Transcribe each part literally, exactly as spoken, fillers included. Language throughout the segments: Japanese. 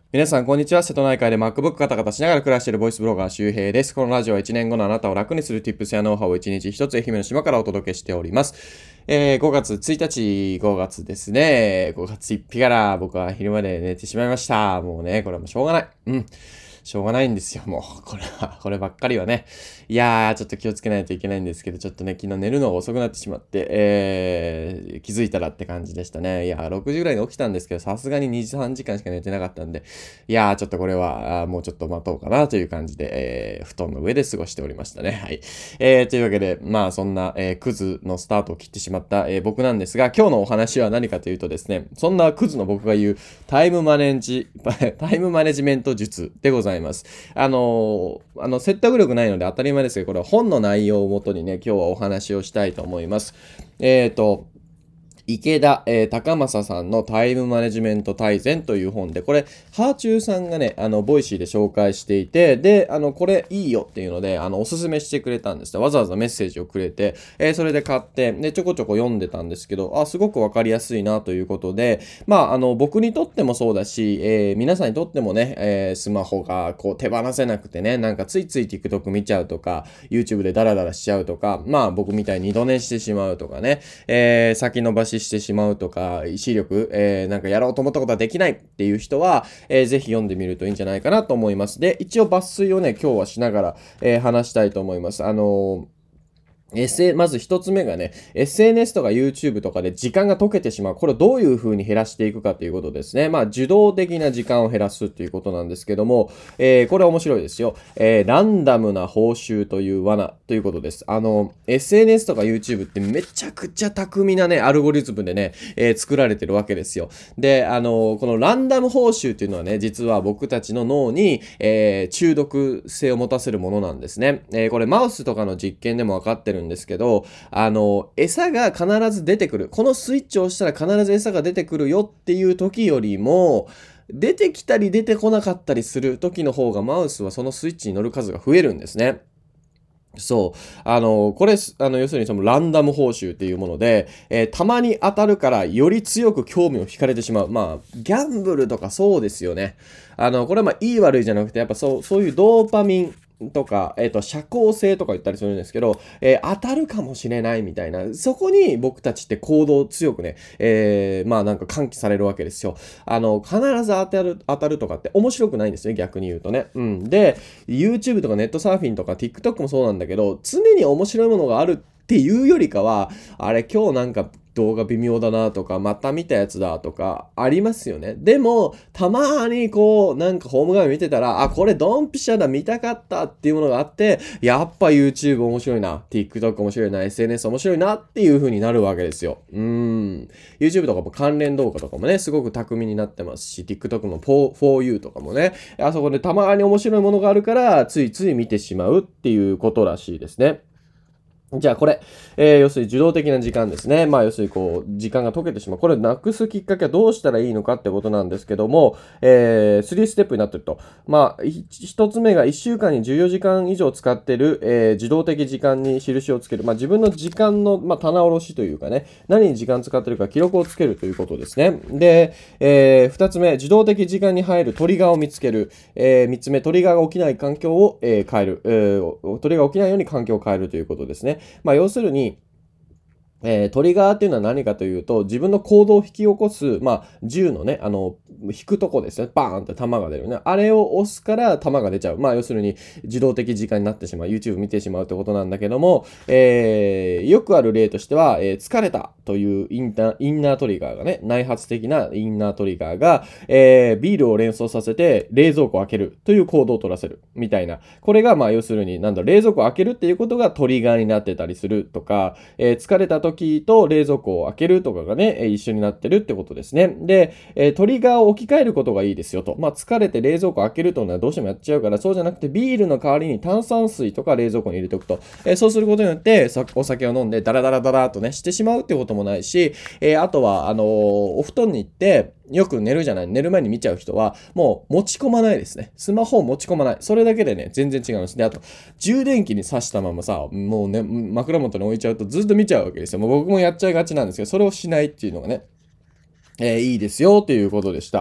皆さん、こんにちは。瀬戸内海で MacBook カタカタしながら暮らしているボイスブロガー周平です。このラジオはいちねんごのあなたを楽にする Tips やノウハウをいちにちひとつ愛媛の島からお届けしております。えー、ごがつついたち、ごがつですね。ごがつついたちから僕は昼まで寝てしまいました。もうね、これはもうしょうがない。うん。しょうがないんですよ。もう、これは、こればっかりはね。いやー、ちょっと気をつけないといけないんですけど、ちょっとね、昨日寝るのが遅くなってしまって、えー、気づいたらって感じでしたね。いやー、ろくじぐらいに起きたんですけど、さすがににじさんじかんしか寝てなかったんで、いやー、ちょっとこれは、もうちょっと待とうかなという感じで、えー、布団の上で過ごしておりましたね。はい。えー、というわけで、まあ、そんな、えー、クズのスタートを切ってしまった、えー、僕なんですが、今日のお話は何かというとですね、そんなクズの僕が言うタイムマネジ、タイムマネジメント術でございます。あのー、あの、説得力ないので当たり前ですけど、これは本の内容をもとにね、今日はお話をしたいと思います。えっ、ー、と、池田、えー、高正さんのタイムマネジメント大全という本で、これ、ハーチューさんがね、あの、ボイシーで紹介していて、で、あの、これいいよっていうので、あの、おすすめしてくれたんですね。わざわざメッセージをくれて、えー、それで買って、で、ちょこちょこ読んでたんですけど、あ、すごくわかりやすいなということで、まあ、あの、僕にとってもそうだし、えー、皆さんにとってもね、えー、スマホがこう手放せなくてね、なんかついつい TikTok 見ちゃうとか、YouTube でダラダラしちゃうとか、まあ、僕みたいに二度寝してしまうとかね、えー、先延ばししてしまうとか、意志力、えー、なんかやろうと思ったことはできないっていう人は、えー、ぜひ読んでみるといいんじゃないかなと思います。で、一応抜粋をね、今日はしながら、えー、話したいと思います。あのー エスエヌ まず一つ目がね、エスエヌエス とか YouTube とかで時間が解けてしまう。これをどういう風に減らしていくかということですね。まあ、受動的な時間を減らすっていうことなんですけども、えー、これ面白いですよ。えー、ランダムな報酬という罠ということです。あの、エスエヌエス とか YouTube ってめちゃくちゃ巧みなね、アルゴリズムでね、えー、作られてるわけですよ。で、あの、このランダム報酬っていうのはね、実は僕たちの脳に、えー、中毒性を持たせるものなんですね。えー、これマウスとかの実験でも分かってるんですけど、あの、餌が必ず出てくる。このスイッチを押したら必ず餌が出てくるよっていう時よりも、出てきたり出てこなかったりする時の方がマウスはそのスイッチに乗る数が増えるんですね。そう。あの、これ、あの、要するにそのランダム報酬っていうもので、えーたまに当たるからより強く興味を惹かれてしまう。まあ、ギャンブルとかそうですよね。あの、これはまあ、いい悪いじゃなくて、やっぱそう、そういうドーパミン、とか、えっ、と、社交性とか言ったりするんですけど、えー当たるかもしれないみたいな、そこに僕たちって行動を強くね、えーまあなんか喚起されるわけですよ。あの、必ず当たる、当たるとかって面白くないんですね、逆に言うとね。うん。で、YouTube とかネットサーフィンとか TikTok もそうなんだけど、常に面白いものがあるっていうよりかは、あれ今日なんか動画微妙だなとか、また見たやつだとか、ありますよね。でも、たまにこう、なんかホーム画面見てたら、あ、これドンピシャだ、見たかったっていうものがあって、やっぱ YouTube 面白いな、TikTok 面白いな、エスエヌエス 面白いなっていう風になるわけですよ。うーん。YouTube とかも関連動画とかもね、すごく巧みになってますし、TikTok の フォー フォーユー とかもね、あそこでたまに面白いものがあるから、ついつい見てしまうっていうことらしいですね。じゃあこれ、えー要するに受動的な時間ですね。まあ要するにこう、時間が解けてしまう。これをなくすきっかけはどうしたらいいのかってことなんですけども、えー、スリーステップになってると。まあ、ひ一つ目がいっしゅうかんにじゅうよじかん以上使ってる、えー受動的時間に印をつける。まあ自分の時間の、まあ、棚卸しというかね、何に時間使ってるか記録をつけるということですね。で、えー、二つ目、受動的時間に入るトリガーを見つける。えー、三つ目、トリガーが起きない環境を、えー変える、えー。トリガーが起きないように環境を変えるということですね。まあ、要するに、えートリガーっていうのは何かというと、自分の行動を引き起こす、まあ、銃のね、あの、引くとこですね。バーンって弾が出るね。あれを押すから弾が出ちゃう。まあ、要するに、自動的時間になってしまう。YouTube 見てしまうってことなんだけども、えーよくある例としては、えー疲れたというインタインナートリガーがね、内発的なインナートリガーが、えービールを連想させて冷蔵庫を開けるという行動を取らせる。みたいな。これが、まあ、要するに、なんだ、冷蔵庫を開けるっていうことがトリガーになってたりするとか、えー疲れた時と冷蔵庫を開けるとかがね、えー一緒になってるってことですね。で、えートリガーを置き換えることがいいですよと。まあ、疲れて冷蔵庫を開けるというのはどうしてもやっちゃうから、そうじゃなくてビールの代わりに炭酸水とか冷蔵庫に入れておくと。えーそうすることによって、お酒を飲んでダラダラダラとね、してしまうってこともないし、えーあとは、あのーお布団に行って、よく寝るじゃない。寝る前に見ちゃう人は、もう持ち込まないですね。スマホを持ち込まない。それだけでね、全然違うんですね。あと、充電器に挿したままさ、もうね、枕元に置いちゃうとずっと見ちゃうわけですよ。もう僕もやっちゃいがちなんですけど、それをしないっていうのがね、えーいいですよっていうことでした。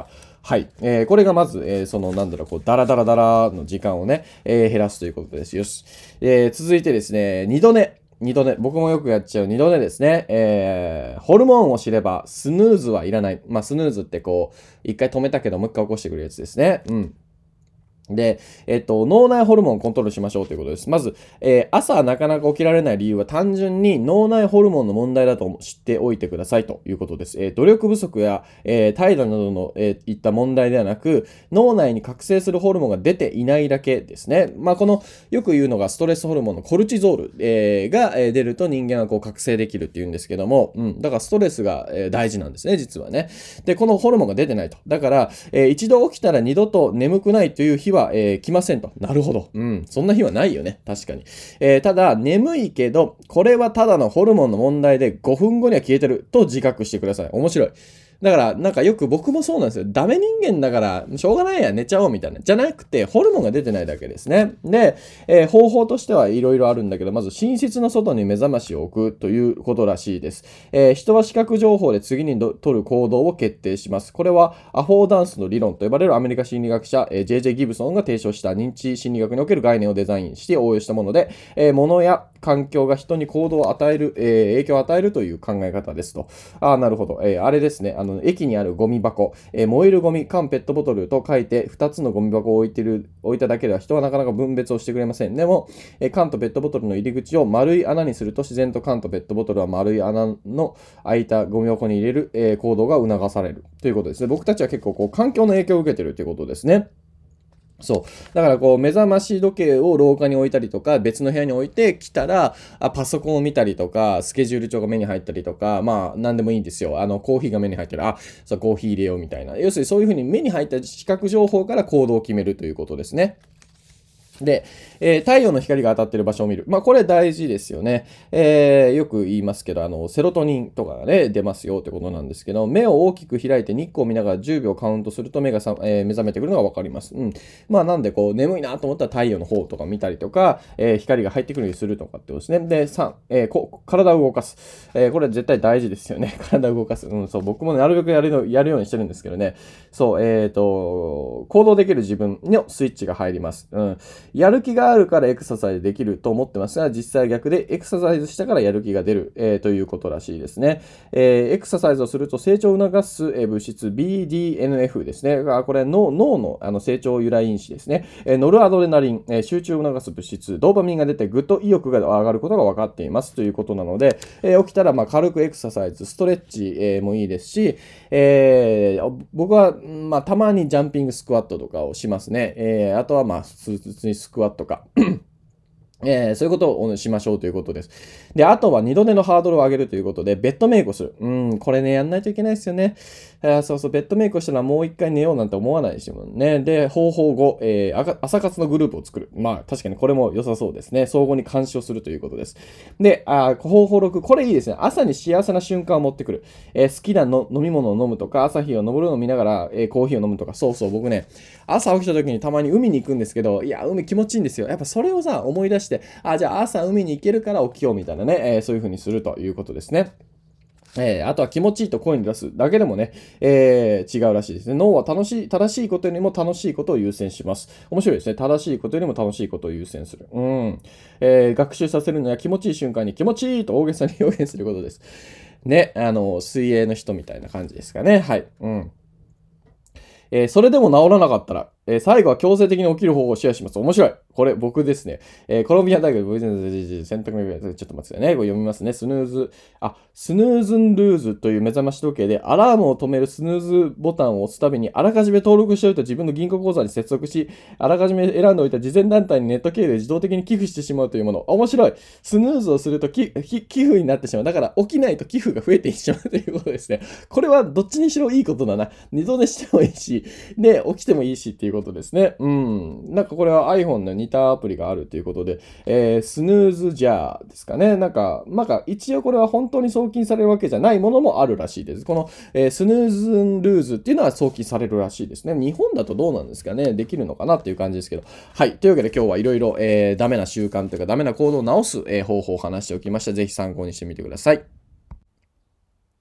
はい。えー、これがまず、えー、その、なんだろう、こう、ダラダラダラの時間をね、えー、減らすということです。よし。えー、続いてですね、二度寝。二度寝。僕もよくやっちゃう二度寝ですね。えー、ホルモンを知れば、スヌーズはいらない。まあ、スヌーズってこう、一回止めたけど、もう一回起こしてくるやつですね。うん。で、えっと、脳内ホルモンをコントロールしましょうということです。まず、えー朝なかなか起きられない理由は単純に脳内ホルモンの問題だと知っておいてくださいということです。えー努力不足や、えー怠惰などの、えーいった問題ではなく、脳内に覚醒するホルモンが出ていないだけですね。まあ、この、よく言うのがストレスホルモンのコルチゾール、えーが、えー出ると人間はこう覚醒できるっていうんですけども、うん、だからストレスが、えー大事なんですね、実はね。で、このホルモンが出てないと。だから、えー一度起きたら二度と眠くないという日は、えー来ませんと。なるほど。うん。そんな日はないよね。確かに。えーただ、眠いけど、これはただのホルモンの問題でごふんごには消えてると自覚してください。面白い。だから、なんかよく僕もそうなんですよ。ダメ人間だから、しょうがないや、寝ちゃおうみたいな。じゃなくて、ホルモンが出てないだけですね。で、えー方法としてはいろいろあるんだけど、まず寝室の外に目覚ましを置くということらしいです。えー人は視覚情報で次に取る行動を決定します。これはアフォーダンスの理論と呼ばれるアメリカ心理学者、えー ジェイジェイ ギブソンが提唱した認知心理学における概念をデザインして応用したもので、えー物や環境が人に行動を与える、えー影響を与えるという考え方ですと。ああ、なるほど。えーあれですね。あの、駅にあるゴミ箱、えー燃えるゴミ、缶ペットボトルと書いてふたつのゴミ箱を置いてる、置いただけでは人はなかなか分別をしてくれません。でも、えー缶とペットボトルの入り口を丸い穴にすると自然と缶とペットボトルは丸い穴の開いたゴミ箱に入れる、えー行動が促されるということですね。僕たちは結構こう環境の影響を受けているということですね。そう。だからこう、目覚まし時計を廊下に置いたりとか、別の部屋に置いてきたら、あ、パソコンを見たりとか、スケジュール帳が目に入ったりとか、まあ、なんでもいいんですよ。あの、コーヒーが目に入ったら、あ、そう、コーヒー入れようみたいな。要するにそういうふうに目に入った視覚情報から行動を決めるということですね。で、えー太陽の光が当たっている場所を見る。まあ、これ大事ですよね。えーよく言いますけど、あの、セロトニンとかがね、出ますよってことなんですけど、目を大きく開いて日光を見ながらじゅうびょうカウントすると目がさ、えー目覚めてくるのがわかります。うん。まあ、なんで、こう、眠いなと思ったら太陽の方とか見たりとか、えー光が入ってくるようにするとかってことですね。で、さん、えーこ体を動かす。えーこれ絶対大事ですよね。体を動かす。うん、そう、僕もなるべくやるの、やるようにしてるんですけどね。そう、えっと、行動できる自分のスイッチが入ります。うん。やる気があるからエクササイズできると思ってますが、実際は逆でエクササイズしたからやる気が出る、えーということらしいですね。えーエクササイズをすると成長を促す、えー物質 ビーディーエヌエフ ですね。あこれ脳脳のあの成長由来因子ですね。えーノルアドレナリン、えー集中を促す物質、ドーパミンが出てグッド意欲が上がることが分かっていますということなので、えー起きたらまあ軽くエクササイズ、ストレッチ、えーもいいですし、えー僕は、まあ、たまにジャンピングスクワットとかをしますね。えーあとはまあ普通にスクワットか。えー、そういうことをしましょうということです。で、あとは二度寝のハードルを上げるということで、ベッドメイクをする。うん、これね、やんないといけないですよね。えーそうそう、ベッドメイクをしたらもう一回寝ようなんて思わないですもんね。で、方法ご、えー、朝活のグループを作る。まあ、確かにこれも良さそうですね。相互に監視をするということです。で、あ方法ろく、これいいですね。朝に幸せな瞬間を持ってくる。えー好きなの飲み物を飲むとか、朝日を昇るのを見ながら、えーコーヒーを飲むとか、そうそう、僕ね、朝起きた時にたまに海に行くんですけど、いや、海気持ちいいんですよ。やっぱそれをさ、思い出して、あ、じゃあ朝海に行けるから起きようみたいなね、えーそういう風にするということですね。えーあとは気持ちいいと声に出すだけでもね、えー違うらしいですね。脳は楽しい、正しいことよりも楽しいことを優先します。面白いですね。正しいことよりも楽しいことを優先する。うん。えー学習させるのは気持ちいい瞬間に気持ちいいと大げさに表現することです。ね、あの、水泳の人みたいな感じですかね。はい。うん。えーそれでも治らなかったら、えー最後は強制的に起きる方法をシェアします。面白い。これ、僕ですね。えーコロンビア大学、選択の、ちょっと待ってくださいね。これ読みますね。スヌーズ、あ、スヌーズンルーズという目覚まし時計で、アラームを止めるスヌーズボタンを押すたびに、あらかじめ登録しておいた自分の銀行口座に接続し、あらかじめ選んでおいた慈善団体にネット経由で自動的に寄付してしまうというもの。面白い。スヌーズをするときき寄付になってしまう。だから、起きないと寄付が増えてしまうということですね。これはどっちにしろいいことだな。二度寝してもいいし、で、起きてもいいしっていうことですね。うん。なんかこれは iPhone の似たアプリがあるということで、えー、スヌーズジャーですかね。なんか、なんか一応これは本当に送金されるわけじゃないものもあるらしいです。この、えースヌーズンルーズっていうのは送金されるらしいですね。日本だとどうなんですかね。できるのかなっていう感じですけど。はい。というわけで今日はいろいろ、えー、ダメな習慣というかダメな行動を直す、えー方法を話しておきました。ぜひ参考にしてみてください。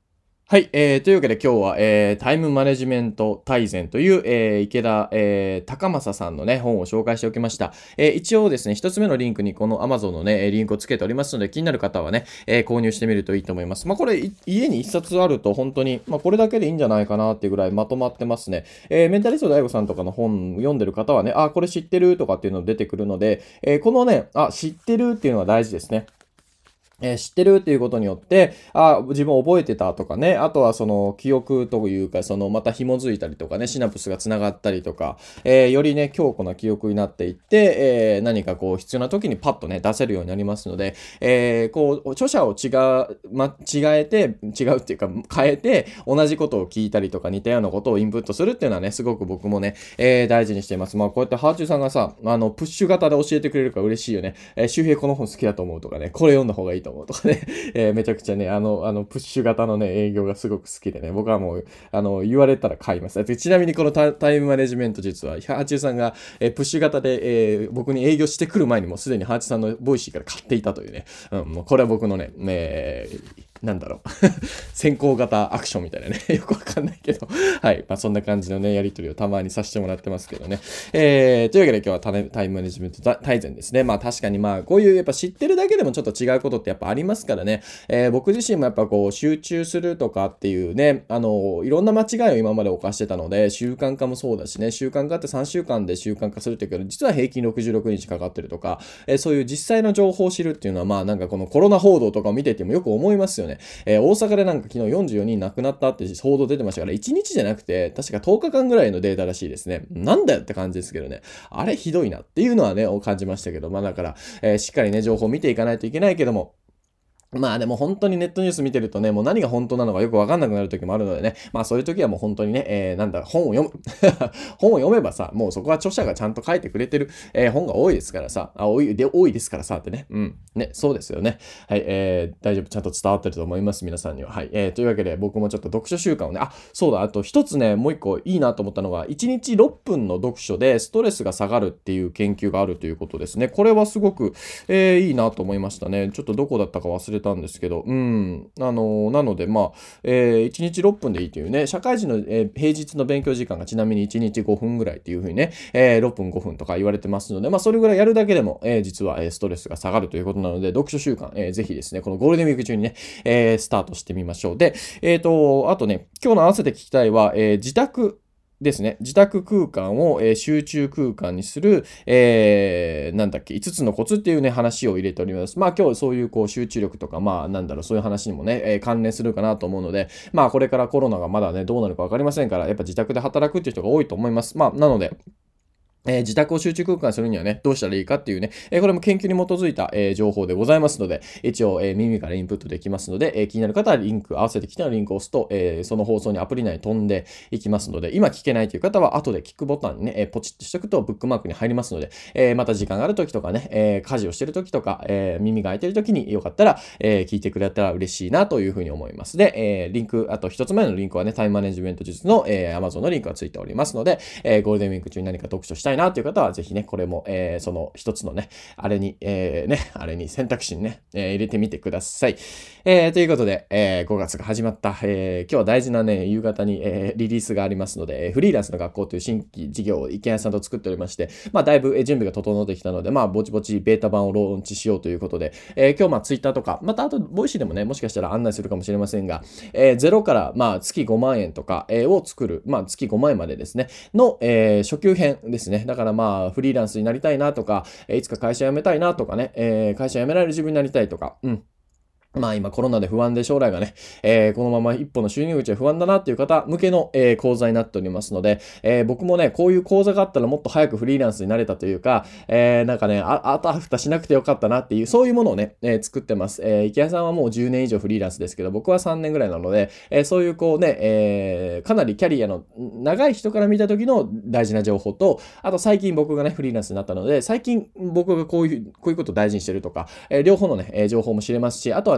はい、えー、というわけで今日は、えー、タイムマネジメント大全という、えー、池田、えー、高政さんのね、本を紹介しておきました。えー、一応ですね、一つ目のリンクにこの Amazon のね、リンクをつけておりますので、気になる方はね、えー、購入してみるといいと思います。まあ、これ、家に一冊あると本当に、まあ、これだけでいいんじゃないかなっていうぐらいまとまってますね。えー、メンタリスト ダイゴ さんとかの本読んでる方はね、あ、これ知ってるとかっていうの出てくるので、えー、このね、あ、知ってるっていうのは大事ですね。えー知ってるっていうことによって、あ、自分覚えてたとかね、あとはその記憶というか、そのまた紐づいたりとかね、シナプスがつながったりとか、えーよりね、強固な記憶になっていって、えー何かこう必要な時にパッとね、出せるようになりますので、えーこう、著者を違う、ま、違えて、違うっていうか、変えて、同じことを聞いたりとか似たようなことをインプットするっていうのはね、すごく僕もね、えー大事にしています。まあ、こうやってハーチューさんがさ、あの、プッシュ型で教えてくれるから嬉しいよね。えー周平この本好きだと思うとかね、これ読んだ方がいいと思うとかね、えーめちゃくちゃね、あの、あの、プッシュ型のね、営業がすごく好きでね、僕はもう、あの、言われたら買います。でちなみにこのタタイムマネジメント実は、ハーチューさんが、えープッシュ型で、えー僕に営業してくる前にもうすでにハーチューさんのボイシーから買っていたというね、うん、もうこれは僕のね、ねなんだろう先行型アクションみたいなねよくわかんないけどはい。まあそんな感じのね、やりとりをたまにさせてもらってますけどね。えー、というわけで今日はタイタイムマネジメント大全ですね。まあ確かにまあこういうやっぱ知ってるだけでもちょっと違うことってやっぱありますからね。えー、僕自身もやっぱこう集中するとかっていうね、あの、いろんな間違いを今まで犯してたので、習慣化もそうだしね、習慣化ってさんしゅうかんで習慣化するっていうけど、実は平均ろくじゅうろくにちかかってるとか、えーそういう実際の情報を知るっていうのはまあなんかこのコロナ報道とかを見ててもよく思いますよね。えー大阪でなんか昨日よんじゅうよにん亡くなったって報道出てましたから、いちにちじゃなくて、確かとおかかんぐらいのデータらしいですね。なんだよって感じですけどね。あれひどいなっていうのはね、感じましたけど、まあだから、えーしっかりね、情報を見ていかないといけないけども、まあでも本当にネットニュース見てるとね、もう何が本当なのかよくわかんなくなる時もあるのでね、まあそういう時はもう本当にね、えー、なんだ、本を読む。本を読めばさ、もうそこは著者がちゃんと書いてくれてる、えー本が多いですからさ、あ、多い、で、多いですからさってね。うん。ね、そうですよね。はい、えー、大丈夫。ちゃんと伝わってると思います。皆さんには。はい。えー、というわけで僕もちょっと読書習慣をね、あ、そうだ、あと一つね、もう一個いいなと思ったのが、いちにちろっぷんの読書でストレスが下がるっていう研究があるということですね。これはすごく、えー、いいなと思いましたね。ちょっとどこだったか忘れたんですけど、うん。あのーなので、まあ、えー、いちにちろっぷんでいいというね、社会人の、えー平日の勉強時間がちなみにいちにちごふんぐらいっていう風にね、えー、ろっぷんごふんとか言われてますので、まあ、それぐらいやるだけでも、えー実は、えーストレスが下がるということなので、読書習慣、えーぜひですね、このゴールデンウィーク中にね、えースタートしてみましょう。で、えっと、あとね、今日の合わせて聞きたいは、えー自宅、ですね。自宅空間を、えー集中空間にする、えーなんだっけ、いつつのコツっていうね、話を入れております。まあ今日そういうこう集中力とか、まあなんだろう、そういう話にもね、えー関連するかなと思うので、まあこれからコロナがまだね、どうなるかわかりませんから、やっぱ自宅で働くっていう人が多いと思います。まあなので、えー自宅を集中空間にするにはね、どうしたらいいかっていうね、えーこれも研究に基づいた、えー情報でございますので、一応、えー耳からインプットできますので、えー気になる方はリンク、合わせてきてのリンクを押すと、えーその放送にアプリ内に飛んでいきますので、今聞けないという方は後で聞くボタンにね、えーポチッとしておくとブックマークに入りますので、えーまた時間がある時とかね、えー家事をしてる時とか、えー耳が開いてる時によかったら、えー聞いてくれたら嬉しいなというふうに思います。で、えーリンク、あと一つ目のリンクはね、タイムマネジメント術の、えー Amazon のリンクがついておりますので、えーゴールデンウィーク中に何か読書したいなという方は、ぜひね、これも、えーその一つのね、あれに、えーね、あれに選択肢にね、えー入れてみてください。えーということで、えーごがつが始まった、えー今日は大事なね、夕方に、えーリリースがありますので、えーフリーランスの学校という新規事業を池谷さんと作っておりまして、まあ、だいぶえー準備が整ってきたので、まあ、ぼちぼちベータ版をローンチしようということで、えー今日、まあ、ツイッターとか、また、あと、ボイシーでもね、もしかしたら案内するかもしれませんが、えーゼロから、まあ、月ごまんえんとか、えーを作る、まあ、月ごまんえんまでですね、の、えー初級編ですね。だから、まあ、フリーランスになりたいなとか、えーいつか会社辞めたいなとかね、えー会社辞められる自分になりたいとか、うん。まあ今コロナで不安で将来がね、えーこのまま一歩の収入口は不安だなっていう方向けの、えー講座になっておりますので、えー僕もね、こういう講座があったらもっと早くフリーランスになれたというか、えーなんかね、あ、あたふたしなくてよかったなっていう、そういうものをね、えー作ってます。えー池谷さんはもうじゅうねん以上フリーランスですけど、僕はさんねんぐらいなので、えーそういうこうね、えーかなりキャリアの長い人から見た時の大事な情報と、あと最近僕がね、フリーランスになったので、最近僕がこういう、こういうことを大事にしてるとか、えー両方のね、えー情報も知れますし、あとはね、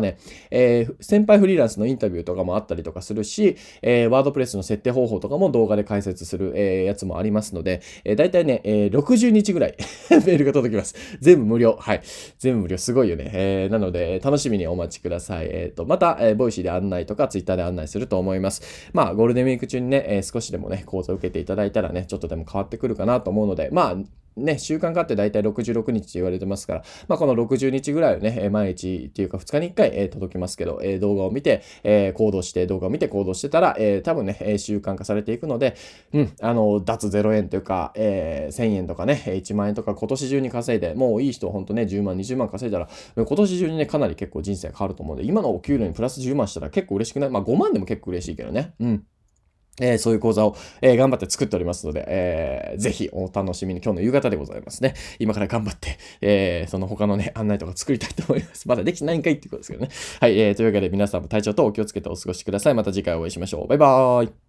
ね、えー、先輩フリーランスのインタビューとかもあったりとかするし、えー、ワードプレスの設定方法とかも動画で解説する、えー、やつもありますので、えー、だいたいね、えー、ろくじゅうにちぐらいメールが届きます。全部無料。はい。全部無料。すごいよね。えー、なので、楽しみにお待ちください。えっと、また、えー、ボイシーで案内とか、ツイッターで案内すると思います。まあ、ゴールデンウィーク中にね、えー、少しでもね、講座を受けていただいたらね、ちょっとでも変わってくるかなと思うので、まあ、ね、習慣化って大体ろくじゅうろくにちと言われてますから、まあ、このろくじゅうにちぐらいをね、毎日っていうかふつかにいっかい、えー、届きますけど、えー、動画を見て、えー、行動して、動画を見て行動してたら、えー、多分ね、えー、習慣化されていくので、うん、あの、脱ゼロえんというか、えー、せんえんとかね、いちまん円とか今年中に稼いで、もういい人ほんとね、じゅうまん、にじゅうまん稼いだら、今年中にね、かなり結構人生変わると思うので、今のお給料にプラスじゅうまんしたら結構嬉しくない？まあごまんでも結構嬉しいけどね。うん。えー、そういう講座を、えー、頑張って作っておりますので、えー、ぜひお楽しみに今日の夕方でございますね。今から頑張って、えー、その他のね、案内とか作りたいと思います。まだできてないんかいっていうことですけどね。はい、えー、というわけで皆さんも体調とお気をつけてお過ごしください。また次回お会いしましょう。バイバーイ。